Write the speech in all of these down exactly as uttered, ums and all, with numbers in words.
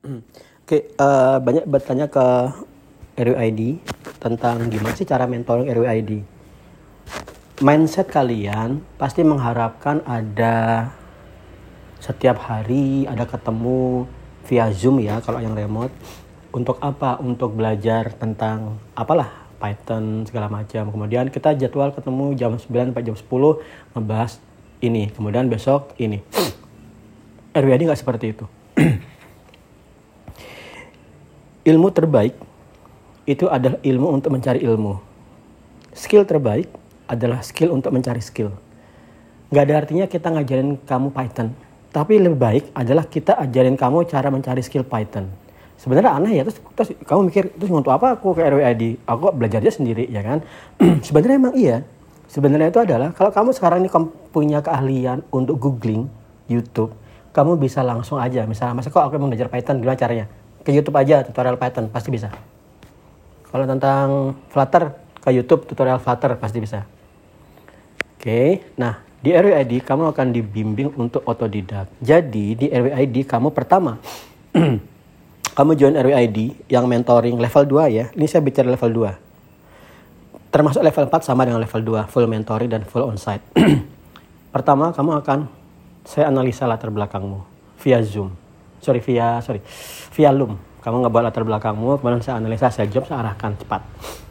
Oke, uh, banyak bertanya ke R W I D tentang gimana sih cara mentoring R W I D. Mindset kalian pasti mengharapkan ada setiap hari ada ketemu via Zoom ya kalau yang remote. Untuk apa? Untuk belajar tentang apalah Python segala macam. Kemudian kita jadwal ketemu jam sembilan sampai jam sepuluh ngebahas ini. Kemudian besok ini. R W I D nggak seperti itu. Ilmu terbaik itu adalah ilmu untuk mencari ilmu. Skill terbaik adalah skill untuk mencari skill. Gak ada artinya kita ngajarin kamu Python. Tapi lebih baik adalah kita ajarin kamu cara mencari skill Python. Sebenarnya aneh ya, terus, terus kamu mikir, terus untuk apa aku ke R W I D? Aku belajarnya sendiri, ya kan? Sebenarnya emang iya. Sebenarnya itu adalah, kalau kamu sekarang ini punya keahlian untuk googling YouTube, kamu bisa langsung aja. Misalnya, masa kok aku mau belajar Python, gimana caranya? Ke YouTube aja, tutorial Python, pasti bisa. Kalau tentang Flutter, ke YouTube, tutorial Flutter, pasti bisa. Oke, nah di R W I D kamu akan dibimbing untuk otodidak. Jadi di R W I D kamu pertama, kamu join R W I D yang mentoring level dua ya. Ini saya bicara level dua. Termasuk level empat sama dengan level dua, full mentoring dan full onsite. Pertama kamu akan, saya analisa latar belakangmu via Zoom. Sorry, via, sorry, via Loom. Kamu ngebuat latar belakangmu, kemudian saya analisa, saya jawab, saya arahkan cepat.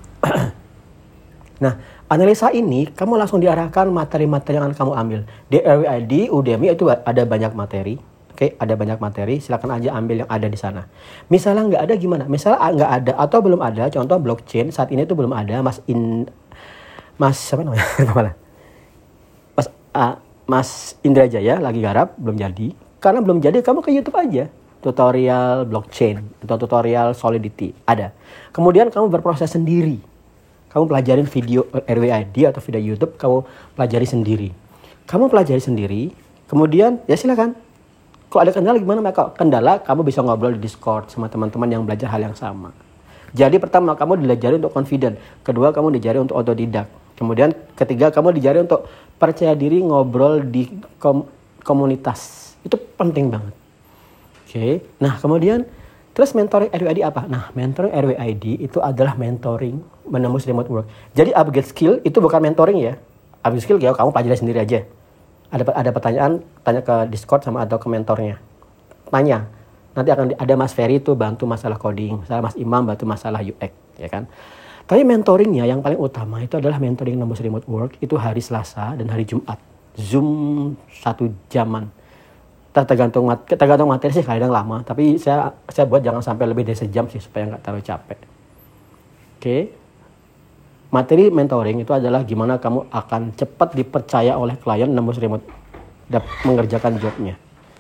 Nah, analisa ini, kamu langsung diarahkan materi-materi yang akan kamu ambil. Di R W I D, Udemy itu ada banyak materi. Oke, ada banyak materi, silakan aja ambil yang ada di sana. Misalnya nggak ada gimana? Misalnya nggak ada atau belum ada, contoh blockchain, saat ini itu belum ada, Mas In... Mas, siapa namanya? Mas, uh, Mas Indra Jaya lagi garap, belum jadi. Karena belum jadi, kamu ke YouTube aja. Tutorial blockchain atau tutorial Solidity. Ada. Kemudian kamu berproses sendiri. Kamu pelajarin video R W I D atau video YouTube, kamu pelajari sendiri. Kamu pelajari sendiri, kemudian ya silakan. Kalau ada kendala gimana? Kalau kendala, kamu bisa ngobrol di Discord sama teman-teman yang belajar hal yang sama. Jadi pertama, kamu diajari untuk confident. Kedua, kamu diajari untuk otodidak. Kemudian ketiga, kamu diajari untuk percaya diri ngobrol di kom- komunitas. Itu penting banget. Oke. Okay. Nah, kemudian terus mentoring R W I D apa? Nah, mentoring R W I D itu adalah mentoring menembus remote work. Jadi upgrade skill itu bukan mentoring ya. Upgrade skill ya kamu pelajari sendiri aja. Ada ada pertanyaan, tanya ke Discord sama atau ke mentornya. Tanya. Nanti akan ada Mas Ferry itu bantu masalah coding, misalnya Mas Imam bantu masalah U X, ya kan? Tapi mentoringnya yang paling utama itu adalah mentoring menembus remote work itu hari Selasa dan hari Jumat. Zoom satu jaman. Tergantung tergantung materi sih kadang lama, tapi saya saya buat jangan sampai lebih dari sejam sih supaya nggak terlalu capek. Oke, materi mentoring itu adalah gimana kamu akan cepat dipercaya oleh klien nembus remote dan mengerjakan jobnya.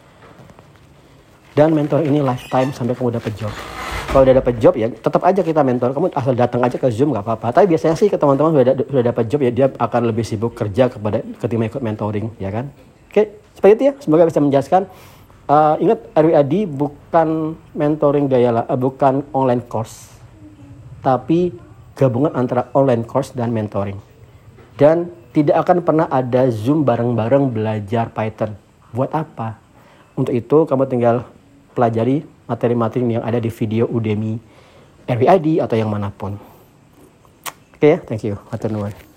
Dan mentor ini lifetime sampai kamu dapat job. Kalau udah dapat job ya tetap aja kita mentor. Kamu asal datang aja ke Zoom nggak apa-apa. Tapi biasanya sih ke teman-teman sudah sudah dapat job ya dia akan lebih sibuk kerja kepada ketika ikut mentoring, ya kan? Oke. Seperti itu ya, semoga bisa menjelaskan. Uh, ingat R W I D bukan mentoring gaya lah, uh, bukan online course, tapi gabungan antara online course dan mentoring. Dan tidak akan pernah ada Zoom bareng-bareng belajar Python. Buat apa? Untuk itu kamu tinggal pelajari materi-materi yang ada di video Udemy, R W I D atau yang manapun. Oke okay, ya, thank you. Hatur nuhun.